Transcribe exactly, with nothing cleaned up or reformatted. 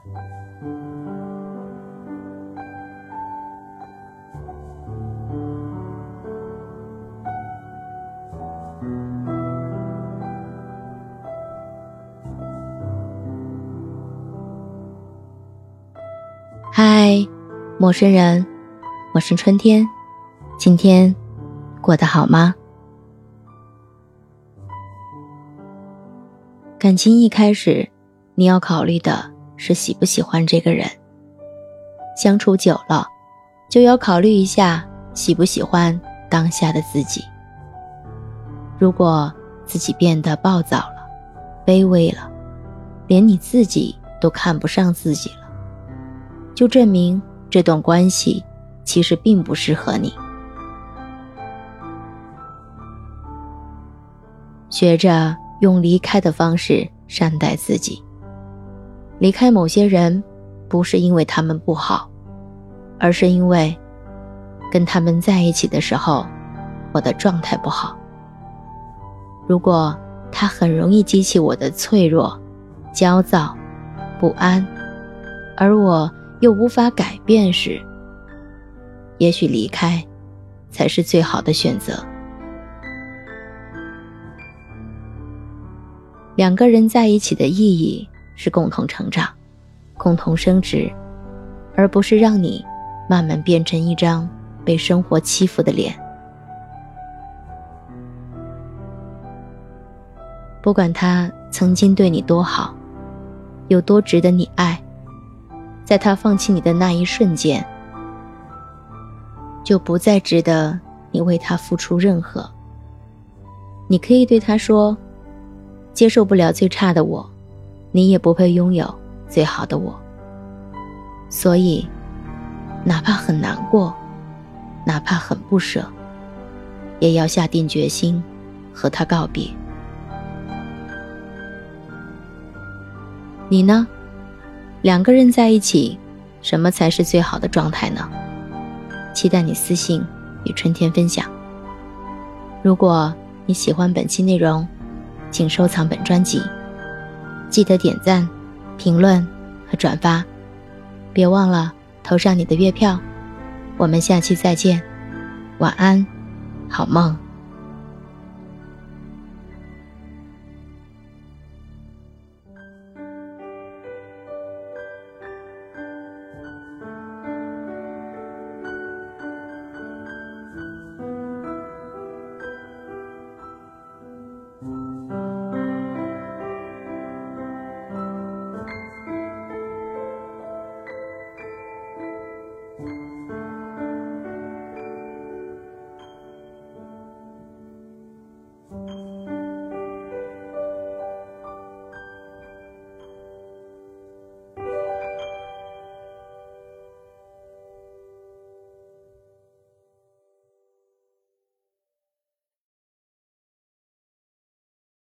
嗨，陌生人，我是春天，今天过得好吗？感情一开始，你要考虑的是喜不喜欢这个人。相处久了，就要考虑一下喜不喜欢当下的自己。如果自己变得暴躁了，卑微了，连你自己都看不上自己了，就证明这段关系其实并不适合你。学着用离开的方式善待自己。离开某些人，不是因为他们不好，而是因为跟他们在一起的时候，我的状态不好。如果他很容易激起我的脆弱、焦躁、不安，而我又无法改变时，也许离开才是最好的选择。两个人在一起的意义是共同成长，共同升值，而不是让你慢慢变成一张被生活欺负的脸。不管他曾经对你多好，有多值得你爱，在他放弃你的那一瞬间，就不再值得你为他付出任何。你可以对他说，接受不了最差的我，你也不配拥有最好的我。所以哪怕很难过，哪怕很不舍，也要下定决心和他告别。你呢？两个人在一起，什么才是最好的状态呢？期待你私信与春天分享。如果你喜欢本期内容，请收藏本专辑，记得点赞、评论和转发，别忘了投上你的月票。我们下期再见，晚安，好梦。